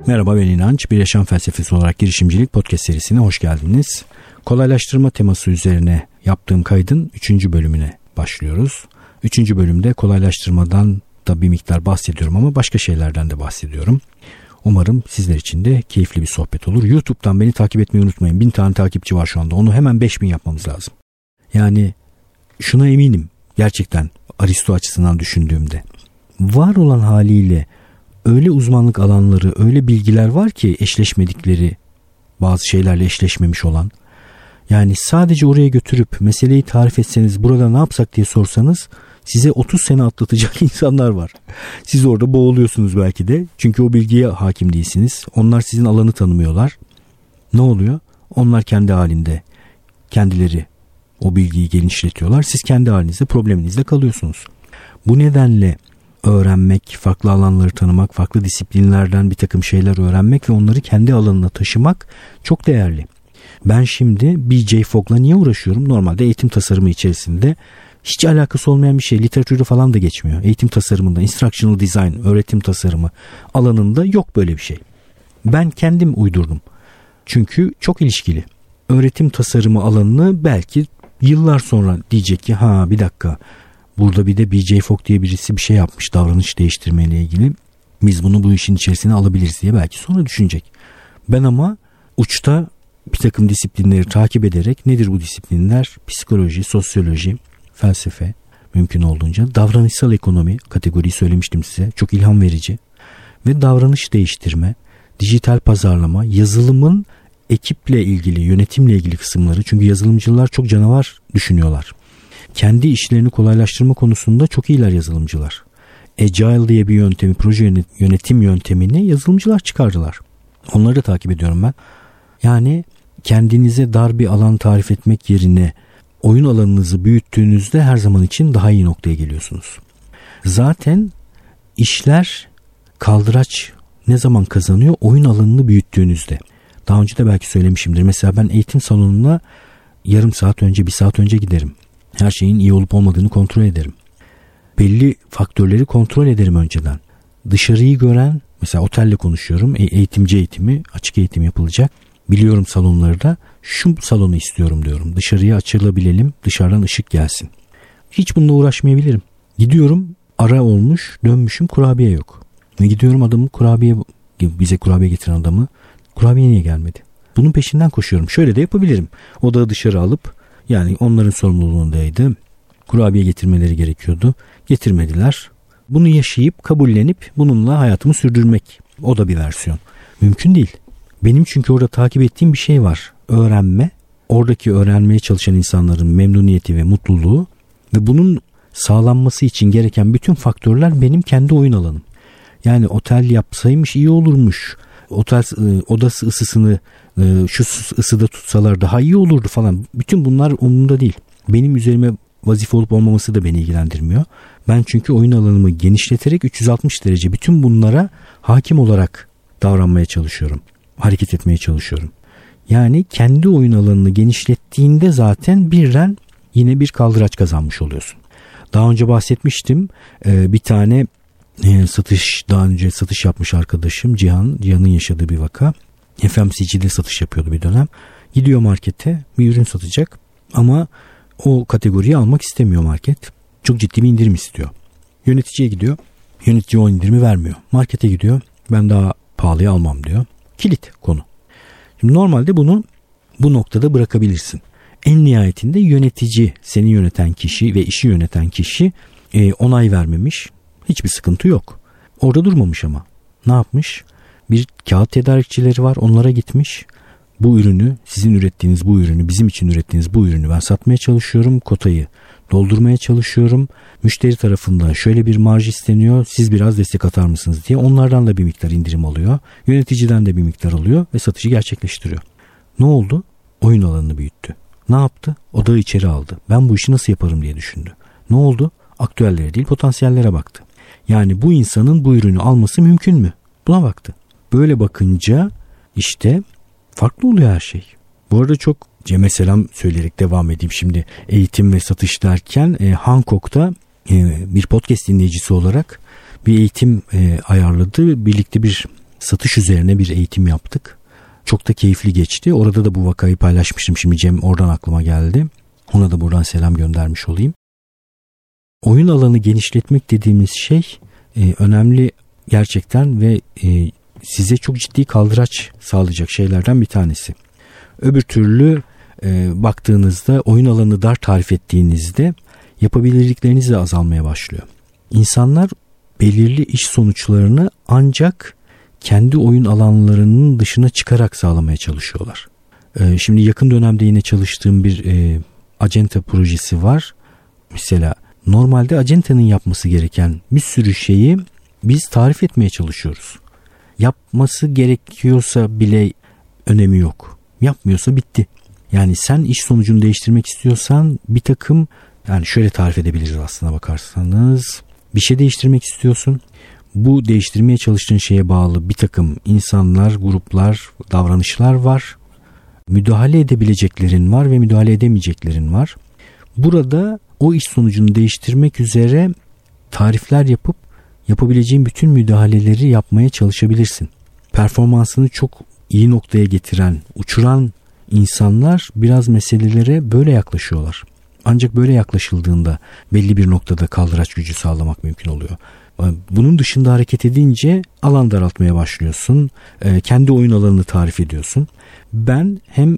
Merhaba, ben İnanç. Bir yaşam felsefesi olarak girişimcilik podcast serisine hoş geldiniz. Kolaylaştırma teması üzerine yaptığım kaydın 3. bölümüne başlıyoruz. 3. bölümde kolaylaştırmadan da bir miktar bahsediyorum ama başka şeylerden de bahsediyorum. Umarım sizler için de keyifli bir sohbet olur. YouTube'dan beni takip etmeyi unutmayın. 1000 tane takipçi var şu anda. Onu hemen 5000 yapmamız lazım. Yani şuna eminim gerçekten Aristo açısından düşündüğümde. Var olan haliyle öyle uzmanlık alanları, öyle bilgiler var ki eşleşmedikleri, bazı şeylerle eşleşmemiş olan. Yani sadece oraya götürüp meseleyi tarif etseniz, burada ne yapsak diye sorsanız size 30 sene atlatacak insanlar var. Siz orada boğuluyorsunuz belki de. Çünkü o bilgiye hakim değilsiniz. Onlar sizin alanı tanımıyorlar. Ne oluyor? Onlar kendi halinde, kendileri o bilgiyi genişletiyorlar. Siz kendi halinizde, probleminizde kalıyorsunuz. Bu nedenle öğrenmek, farklı alanları tanımak, farklı disiplinlerden bir takım şeyler öğrenmek ve onları kendi alanına taşımak çok değerli. Ben şimdi B.J. Fogg'la niye uğraşıyorum? Normalde eğitim tasarımı içerisinde hiç alakası olmayan bir şey. Literatürde falan da geçmiyor. Eğitim tasarımında, instructional design, öğretim tasarımı alanında yok böyle bir şey. Ben kendim uydurdum. Çünkü çok ilişkili. Öğretim tasarımı alanını belki yıllar sonra diyecek ki bir dakika, burada bir de B.J. Fogg diye birisi bir şey yapmış davranış değiştirmeyle ilgili. Biz bunu bu işin içerisine alabiliriz diye belki sonra düşünecek. Ben ama uçta bir takım disiplinleri takip ederek, nedir bu disiplinler? Psikoloji, sosyoloji, felsefe, mümkün olduğunca davranışsal ekonomi kategoriyi söylemiştim size. Çok ilham verici. Ve davranış değiştirme, dijital pazarlama, yazılımın ekiple ilgili, yönetimle ilgili kısımları. Çünkü yazılımcılar çok canavar düşünüyorlar. Kendi işlerini kolaylaştırma konusunda çok iyiler yazılımcılar. Agile diye bir yöntemi, proje yönetim yöntemini yazılımcılar çıkardılar. Onları da takip ediyorum ben. Yani kendinize dar bir alan tarif etmek yerine oyun alanınızı büyüttüğünüzde her zaman için daha iyi noktaya geliyorsunuz. Zaten işler kaldıraç ne zaman kazanıyor? Oyun alanını büyüttüğünüzde. Daha önce de belki söylemişimdir. Mesela ben eğitim salonuna yarım saat önce, bir saat önce giderim. Her şeyin iyi olup olmadığını kontrol ederim. Belli faktörleri kontrol ederim önceden. Dışarıyı gören, mesela otelle konuşuyorum. Eğitimci eğitimi, açık eğitim yapılacak. Biliyorum salonlarda, şu salonu istiyorum diyorum. Dışarıya açılabilelim, dışarıdan ışık gelsin. Hiç bununla uğraşmayabilirim. Gidiyorum, ara olmuş, dönmüşüm, kurabiye yok. Gidiyorum adamı bize kurabiye getiren adamı, kurabiye niye gelmedi? Bunun peşinden koşuyorum. Şöyle de yapabilirim. Odağı dışarı alıp, yani onların sorumluluğundaydı. Kurabiye getirmeleri gerekiyordu. Getirmediler. Bunu yaşayıp, kabullenip bununla hayatımı sürdürmek. O da bir versiyon. Mümkün değil. Benim çünkü orada takip ettiğim bir şey var. Öğrenme. Oradaki öğrenmeye çalışan insanların memnuniyeti ve mutluluğu ve bunun sağlanması için gereken bütün faktörler benim kendi oyun alanım. Yani otel yapsaymış iyi olurmuş. Otel odası ısısını şu ısıda tutsalar daha iyi olurdu falan. Bütün bunlar umurumda değil. Benim üzerime vazife olup olmaması da beni ilgilendirmiyor. Ben çünkü oyun alanımı genişleterek 360 derece bütün bunlara hakim olarak davranmaya çalışıyorum. Hareket etmeye çalışıyorum. Yani kendi oyun alanını genişlettiğinde zaten birden yine bir kaldıraç kazanmış oluyorsun. Daha önce bahsetmiştim. Bir tane daha önce satış yapmış arkadaşım Cihan'ın yaşadığı bir vaka. FMCG'de satış yapıyordu bir dönem. Gidiyor markete, bir ürün satacak ama o kategoriyi almak istemiyor market. Çok ciddi bir indirim istiyor. Yöneticiye gidiyor. Yönetici o indirimi vermiyor. Markete gidiyor. Ben daha pahalıya almam diyor. Kilit konu. Şimdi normalde bunu bu noktada bırakabilirsin. En nihayetinde yönetici, seni yöneten kişi ve işi yöneten kişi onay vermemiş. Hiçbir sıkıntı yok. Orada durmamış ama. Ne yapmış? Bir kağıt tedarikçileri var. Onlara gitmiş. Bu ürünü, sizin ürettiğiniz bu ürünü, bizim için ürettiğiniz bu ürünü ben satmaya çalışıyorum. Kotayı doldurmaya çalışıyorum. Müşteri tarafından şöyle bir marj isteniyor. Siz biraz destek atar mısınız diye. Onlardan da bir miktar indirim alıyor. Yöneticiden de bir miktar alıyor ve satışı gerçekleştiriyor. Ne oldu? Oyun alanını büyüttü. Ne yaptı? Odağı içeri aldı. Ben bu işi nasıl yaparım diye düşündü. Ne oldu? Aktüellere değil potansiyellere baktı. Yani bu insanın bu ürünü alması mümkün mü? Buna baktı. Böyle bakınca işte farklı oluyor her şey. Bu arada çok Cem'e selam söyleyerek devam edeyim şimdi. Eğitim ve satış derken Hancock'ta bir podcast dinleyicisi olarak bir eğitim ayarladı. Birlikte bir satış üzerine bir eğitim yaptık. Çok da keyifli geçti. Orada da bu vakayı paylaşmıştım. Şimdi Cem oradan aklıma geldi. Ona da buradan selam göndermiş olayım. Oyun alanı genişletmek dediğimiz şey önemli gerçekten ve size çok ciddi kaldıraç sağlayacak şeylerden bir tanesi. Öbür türlü baktığınızda oyun alanı dar tarif ettiğinizde yapabilirlikleriniz de azalmaya başlıyor. İnsanlar belirli iş sonuçlarını ancak kendi oyun alanlarının dışına çıkarak sağlamaya çalışıyorlar. Şimdi yakın dönemde yine çalıştığım bir acenta projesi var. Mesela normalde acentanın yapması gereken bir sürü şeyi biz tarif etmeye çalışıyoruz. Yapması gerekiyorsa bile önemi yok. Yapmıyorsa bitti. Yani sen iş sonucunu değiştirmek istiyorsan bir takım, yani şöyle tarif edebiliriz aslına bakarsanız. Bir şey değiştirmek istiyorsun. Bu değiştirmeye çalıştığın şeye bağlı bir takım insanlar, gruplar, davranışlar var. Müdahale edebileceklerin var ve müdahale edemeyeceklerin var. Burada o iş sonucunu değiştirmek üzere tarifler yapıp yapabileceğin bütün müdahaleleri yapmaya çalışabilirsin. Performansını çok iyi noktaya getiren, uçuran insanlar biraz meselelere böyle yaklaşıyorlar. Ancak böyle yaklaşıldığında belli bir noktada kaldıraç gücü sağlamak mümkün oluyor. Bunun dışında hareket edince alan daraltmaya başlıyorsun. Kendi oyun alanını tarif ediyorsun. Ben hem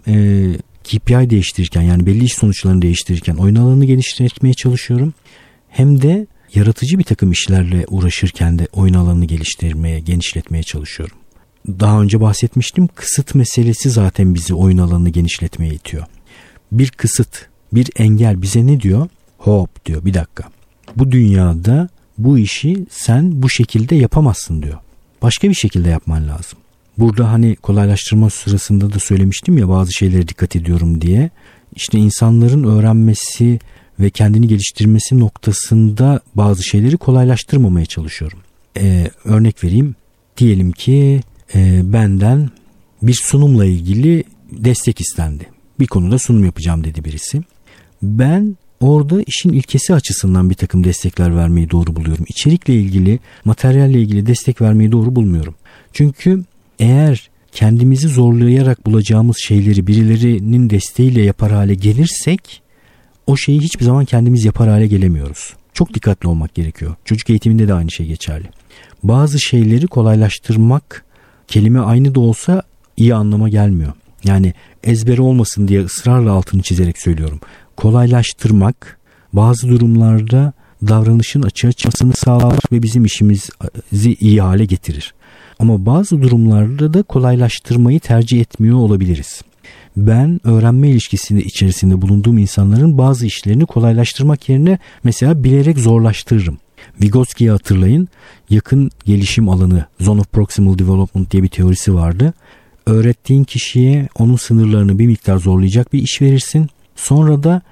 KPI değiştirirken, yani belli iş sonuçlarını değiştirirken oyun alanını geliştirmeye çalışıyorum. Hem de yaratıcı bir takım işlerle uğraşırken de oyun alanını geliştirmeye, genişletmeye çalışıyorum. Daha önce bahsetmiştim. Kısıt meselesi zaten bizi oyun alanını genişletmeye itiyor. Bir kısıt, bir engel bize ne diyor? Hop diyor, bir dakika. Bu dünyada bu işi sen bu şekilde yapamazsın diyor. Başka bir şekilde yapman lazım. Burada hani kolaylaştırma sırasında da söylemiştim ya, bazı şeylere dikkat ediyorum diye. İşte insanların öğrenmesi ve kendini geliştirmesi noktasında bazı şeyleri kolaylaştırmamaya çalışıyorum. Örnek vereyim. Diyelim ki benden bir sunumla ilgili destek istendi. Bir konuda sunum yapacağım dedi birisi. Ben orada işin ilkesi açısından bir takım destekler vermeyi doğru buluyorum. İçerikle ilgili, materyalle ilgili destek vermeyi doğru bulmuyorum. Çünkü eğer kendimizi zorlayarak bulacağımız şeyleri birilerinin desteğiyle yapar hale gelirsek, o şeyi hiçbir zaman kendimiz yapar hale gelemiyoruz. Çok dikkatli olmak gerekiyor. Çocuk eğitiminde de aynı şey geçerli. Bazı şeyleri kolaylaştırmak, kelime aynı da olsa iyi anlama gelmiyor. Yani ezbere olmasın diye ısrarla altını çizerek söylüyorum. Kolaylaştırmak bazı durumlarda davranışın açığa çıkmasını sağlar ve bizim işimizi iyi hale getirir. Ama bazı durumlarda da kolaylaştırmayı tercih etmiyor olabiliriz. Ben öğrenme ilişkisinde içerisinde bulunduğum insanların bazı işlerini kolaylaştırmak yerine mesela bilerek zorlaştırırım. Vygotsky'yi hatırlayın. Yakın gelişim alanı, Zone of Proximal Development diye bir teorisi vardı. Öğrettiğin kişiye onun sınırlarını bir miktar zorlayacak bir iş verirsin. Sonra da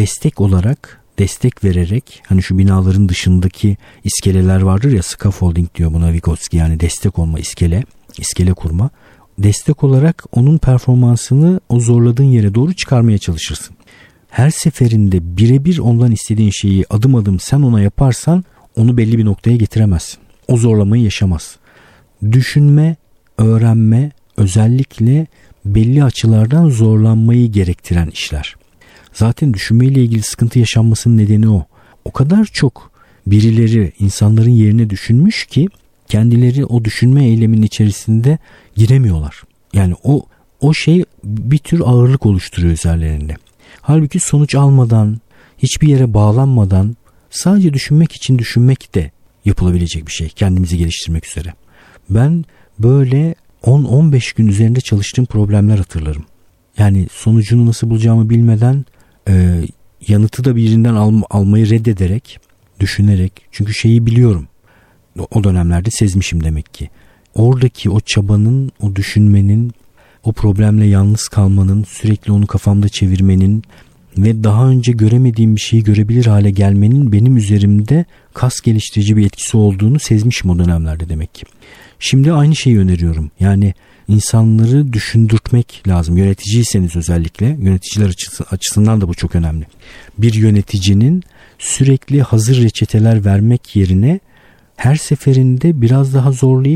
destek vererek, hani şu binaların dışındaki iskeleler vardır ya, scaffolding diyor buna Vygotsky, yani destek olma, iskele kurma. Destek olarak onun performansını o zorladığın yere doğru çıkarmaya çalışırsın. Her seferinde birebir ondan istediğin şeyi adım adım sen ona yaparsan onu belli bir noktaya getiremezsin. O zorlamayı yaşamaz. Düşünme, öğrenme özellikle belli açılardan zorlanmayı gerektiren işler. Zaten düşünmeyle ilgili sıkıntı yaşanmasının nedeni o. O kadar çok birileri insanların yerine düşünmüş ki kendileri o düşünme eyleminin içerisinde giremiyorlar. Yani o şey bir tür ağırlık oluşturuyor üzerlerinde. Halbuki sonuç almadan, hiçbir yere bağlanmadan sadece düşünmek için düşünmek de yapılabilecek bir şey. Kendimizi geliştirmek üzere. Ben böyle 10-15 gün üzerinde çalıştığım problemler hatırlarım. Yani sonucunu nasıl bulacağımı bilmeden yanıtı da birinden almayı reddederek, düşünerek, çünkü şeyi biliyorum. O dönemlerde sezmişim demek ki. Oradaki o çabanın, o düşünmenin, o problemle yalnız kalmanın, sürekli onu kafamda çevirmenin ve daha önce göremediğim bir şeyi görebilir hale gelmenin benim üzerimde kas geliştirici bir etkisi olduğunu sezmişim o dönemlerde demek ki. Şimdi aynı şeyi öneriyorum. Yani insanları düşündürtmek lazım. Yöneticiyseniz özellikle, yöneticiler açısından da bu çok önemli. Bir yöneticinin sürekli hazır reçeteler vermek yerine her seferinde biraz daha zorlayıp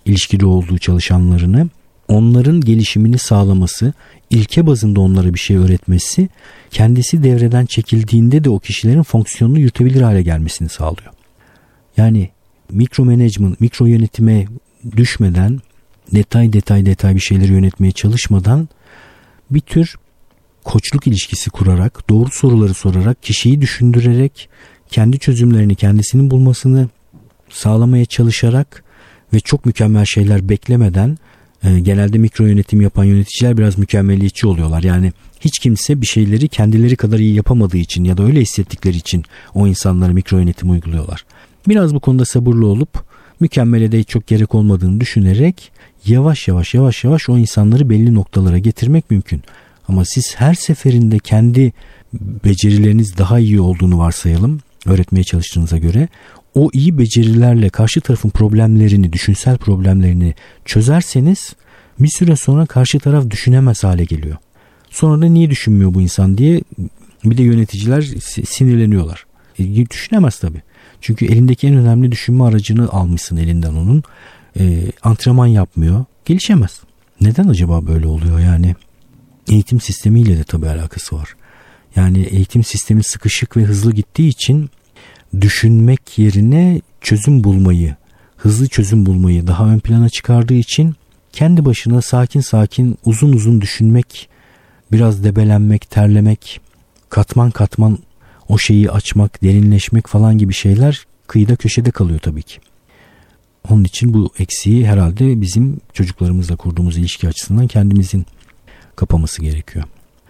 ilişkili olduğu çalışanlarını, onların gelişimini sağlaması, ilke bazında onlara bir şey öğretmesi, kendisi devreden çekildiğinde de o kişilerin fonksiyonunu yürütebilir hale gelmesini sağlıyor. Yani mikro management, mikro yönetime düşmeden, detay bir şeyleri yönetmeye çalışmadan bir tür koçluk ilişkisi kurarak, doğru soruları sorarak, kişiyi düşündürerek, kendi çözümlerini kendisinin bulmasını sağlamaya çalışarak ve çok mükemmel şeyler beklemeden, genelde mikro yönetim yapan yöneticiler biraz mükemmeliyetçi oluyorlar. Yani hiç kimse bir şeyleri kendileri kadar iyi yapamadığı için ya da öyle hissettikleri için o insanlara mikro yönetim uyguluyorlar. Biraz bu konuda sabırlı olup mükemmele de hiç çok gerek olmadığını düşünerek yavaş yavaş o insanları belli noktalara getirmek mümkün. Ama siz her seferinde kendi becerileriniz daha iyi olduğunu varsayalım, öğretmeye çalıştığınıza göre, o iyi becerilerle karşı tarafın problemlerini, düşünsel problemlerini çözerseniz bir süre sonra karşı taraf düşünemez hale geliyor. Sonra da niye düşünmüyor bu insan diye bir de yöneticiler sinirleniyorlar. Düşünemez tabii. Çünkü elindeki en önemli düşünme aracını almışsın elinden onun. Antrenman yapmıyor, gelişemez. Neden acaba böyle oluyor yani? Eğitim sistemiyle de tabii alakası var. Yani eğitim sistemi sıkışık ve hızlı gittiği için düşünmek yerine çözüm bulmayı, hızlı çözüm bulmayı daha ön plana çıkardığı için kendi başına sakin uzun düşünmek, biraz debelenmek, terlemek, katman o şeyi açmak, derinleşmek falan gibi şeyler kıyıda köşede kalıyor tabii ki. Onun için bu eksiği herhalde bizim çocuklarımızla kurduğumuz ilişki açısından kendimizin kapaması gerekiyor.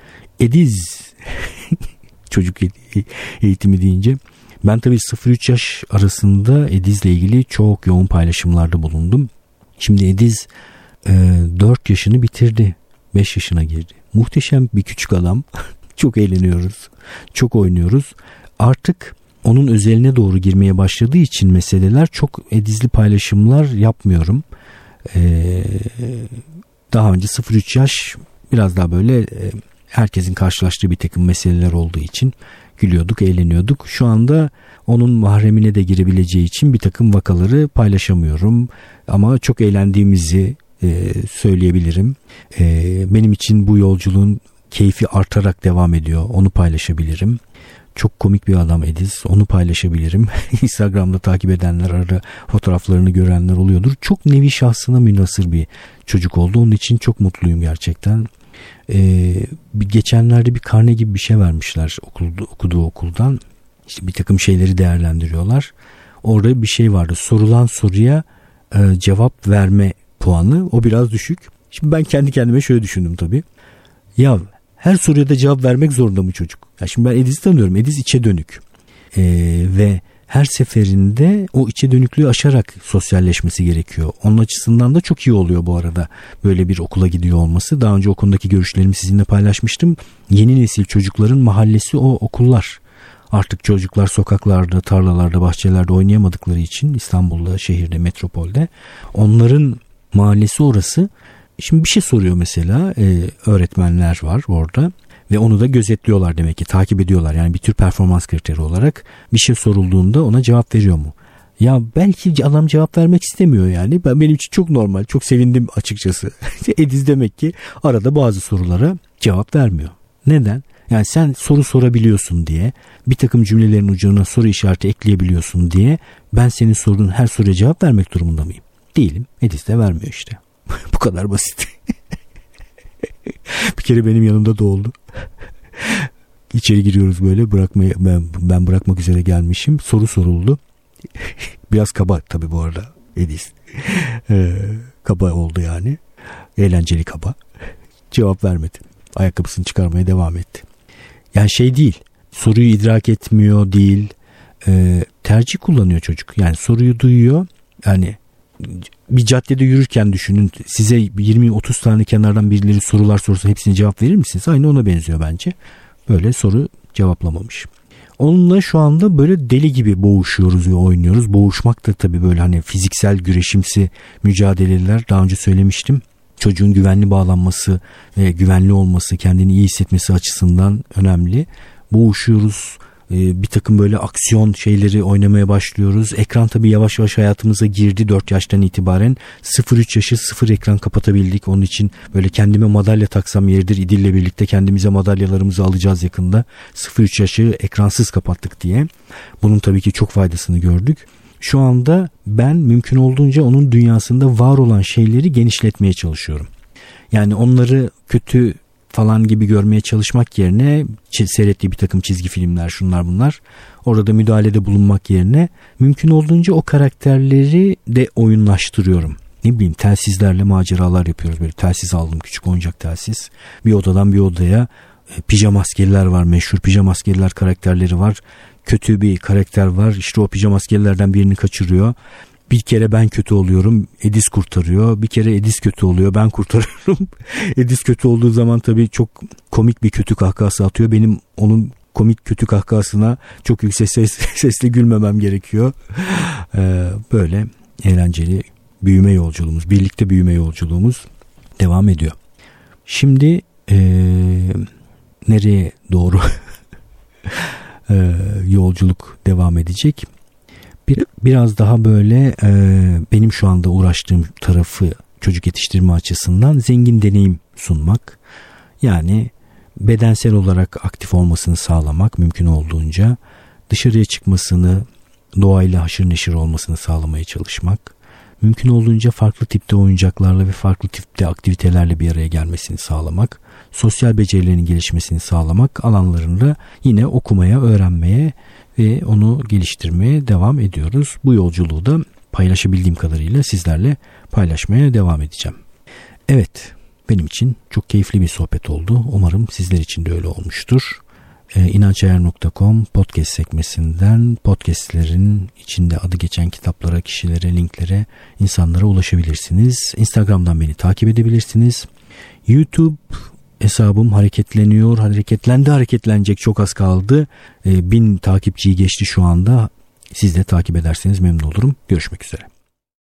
Ediz çocuk eğitimi deyince ben tabii 0-3 yaş arasında Ediz'le ilgili çok yoğun paylaşımlarda bulundum. Şimdi Ediz 4 yaşını bitirdi. 5 yaşına girdi. Muhteşem bir küçük adam. Çok eğleniyoruz. Çok oynuyoruz. Artık onun özeline doğru girmeye başladığı için meseleler, çok Ediz'li paylaşımlar yapmıyorum. Daha önce 0-3 yaş biraz daha böyle herkesin karşılaştığı bir takım meseleler olduğu için gülüyorduk, eğleniyorduk. Şu anda onun mahremine de girebileceği için bir takım vakaları paylaşamıyorum. Ama çok eğlendiğimizi söyleyebilirim. Benim için bu yolculuğun keyfi artarak devam ediyor. Onu paylaşabilirim. Çok komik bir adam Ediz. Onu paylaşabilirim. Instagram'da takip edenler, arada fotoğraflarını görenler oluyordur. Çok nevi şahsına münhasır bir çocuk oldu. Onun için çok mutluyum gerçekten. Geçenlerde bir karne gibi bir şey vermişler okuduğu okuldan. İşte bir takım şeyleri değerlendiriyorlar. Orada bir şey vardı. Sorulan soruya cevap verme puanı. O biraz düşük. Şimdi ben kendi kendime şöyle düşündüm tabii. Ya her soruya da cevap vermek zorunda mı çocuk? Ya şimdi ben Ediz'i tanıyorum. Ediz içe dönük. Ve her seferinde o içe dönüklüğü aşarak sosyalleşmesi gerekiyor. Onun açısından da çok iyi oluyor bu arada böyle bir okula gidiyor olması. Daha önce o konudaki görüşlerimi sizinle paylaşmıştım. Yeni nesil çocukların mahallesi o okullar. Artık çocuklar sokaklarda, tarlalarda, bahçelerde oynayamadıkları için İstanbul'da, şehirde, metropolde onların mahallesi orası. Şimdi bir şey soruyor mesela, öğretmenler var orada ve onu da gözetliyorlar demek ki, takip ediyorlar. Yani bir tür performans kriteri olarak bir şey sorulduğunda ona cevap veriyor mu? Ya belki adam cevap vermek istemiyor yani. Benim için çok normal, çok sevindim açıkçası. Ediz demek ki arada bazı sorulara cevap vermiyor. Neden? Yani sen soru sorabiliyorsun diye, bir takım cümlelerin ucuna soru işareti ekleyebiliyorsun diye ben senin sorduğun her soruya cevap vermek durumunda mıyım? Değilim. Ediz de vermiyor işte. Bu kadar basit. Bir kere benim yanımda da oldu. İçeri giriyoruz böyle, ben bırakmak üzere gelmişim. Soru soruldu. Biraz kaba tabii bu arada Ediz. Kaba oldu yani. Eğlenceli kaba. Cevap vermedi. Ayakkabısını çıkarmaya devam etti. Yani şey değil. Soruyu idrak etmiyor değil. Tercih kullanıyor çocuk. Yani soruyu duyuyor. Yani bir caddede yürürken düşünün, size 20-30 tane kenardan birileri sorular sorsa hepsine cevap verir misiniz? Aynı ona benziyor bence. Böyle soru cevaplamamış. Onunla şu anda böyle deli gibi boğuşuyoruz ve oynuyoruz. Boğuşmak da tabii böyle hani fiziksel güreşimsi mücadeleler, daha önce söylemiştim. Çocuğun güvenli bağlanması ve güvenli olması, kendini iyi hissetmesi açısından önemli. Boğuşuyoruz, Bir takım böyle aksiyon şeyleri oynamaya başlıyoruz. Ekran tabii yavaş yavaş hayatımıza girdi 4 yaştan itibaren. 0-3 yaşı 0 ekran kapatabildik. Onun için böyle kendime madalya taksam yeridir. İdil'le birlikte kendimize madalyalarımızı alacağız yakında. 0-3 yaşı ekransız kapattık diye. Bunun tabii ki çok faydasını gördük. Şu anda ben mümkün olduğunca onun dünyasında var olan şeyleri genişletmeye çalışıyorum. Yani onları kötü falan gibi görmeye çalışmak yerine seyrettiği bir takım çizgi filmler, şunlar bunlar, orada müdahalede bulunmak yerine mümkün olduğunca o karakterleri de oyunlaştırıyorum. Ne bileyim, telsizlerle maceralar yapıyoruz. Böyle telsiz aldım, küçük oyuncak telsiz. Bir odadan bir odaya pijama askeriler var, meşhur pijama askeriler karakterleri var. Kötü bir karakter var, işte o pijama askerilerden birini kaçırıyor. Bir kere ben kötü oluyorum, Edis kurtarıyor. Bir kere Edis kötü oluyor, ben kurtarıyorum. Edis kötü olduğu zaman tabii çok komik bir kötü kahkahası atıyor. Benim onun komik kötü kahkahasına çok yüksek sesle gülmemem gerekiyor. Böyle eğlenceli büyüme yolculuğumuz, birlikte büyüme yolculuğumuz devam ediyor. Şimdi nereye doğru yolculuk devam edecek? Biraz daha böyle benim şu anda uğraştığım tarafı çocuk yetiştirme açısından zengin deneyim sunmak. Yani bedensel olarak aktif olmasını sağlamak, mümkün olduğunca dışarıya çıkmasını, doğayla haşır neşir olmasını sağlamaya çalışmak. Mümkün olduğunca farklı tipte oyuncaklarla ve farklı tipte aktivitelerle bir araya gelmesini sağlamak. Sosyal becerilerinin gelişmesini sağlamak alanlarında yine okumaya, öğrenmeye ve onu geliştirmeye devam ediyoruz. Bu yolculuğu da paylaşabildiğim kadarıyla sizlerle paylaşmaya devam edeceğim. Evet, benim için çok keyifli bir sohbet oldu. Umarım sizler için de öyle olmuştur. inançayar.com podcast sekmesinden podcastlerin içinde adı geçen kitaplara, kişilere, linklere, insanlara ulaşabilirsiniz. Instagram'dan beni takip edebilirsiniz. YouTube hesabım hareketleniyor. Hareketlenecek, çok az kaldı. 1000 takipçiyi geçti şu anda. Siz de takip ederseniz memnun olurum. Görüşmek üzere.